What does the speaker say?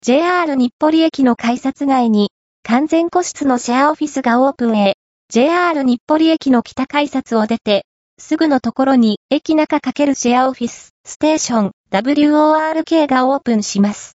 JR 日暮里駅の改札外に完全個室のシェアオフィスがオープンへ。JR 日暮里駅の北改札を出て、すぐのところに駅中×シェアオフィスステーション WORK がオープンします。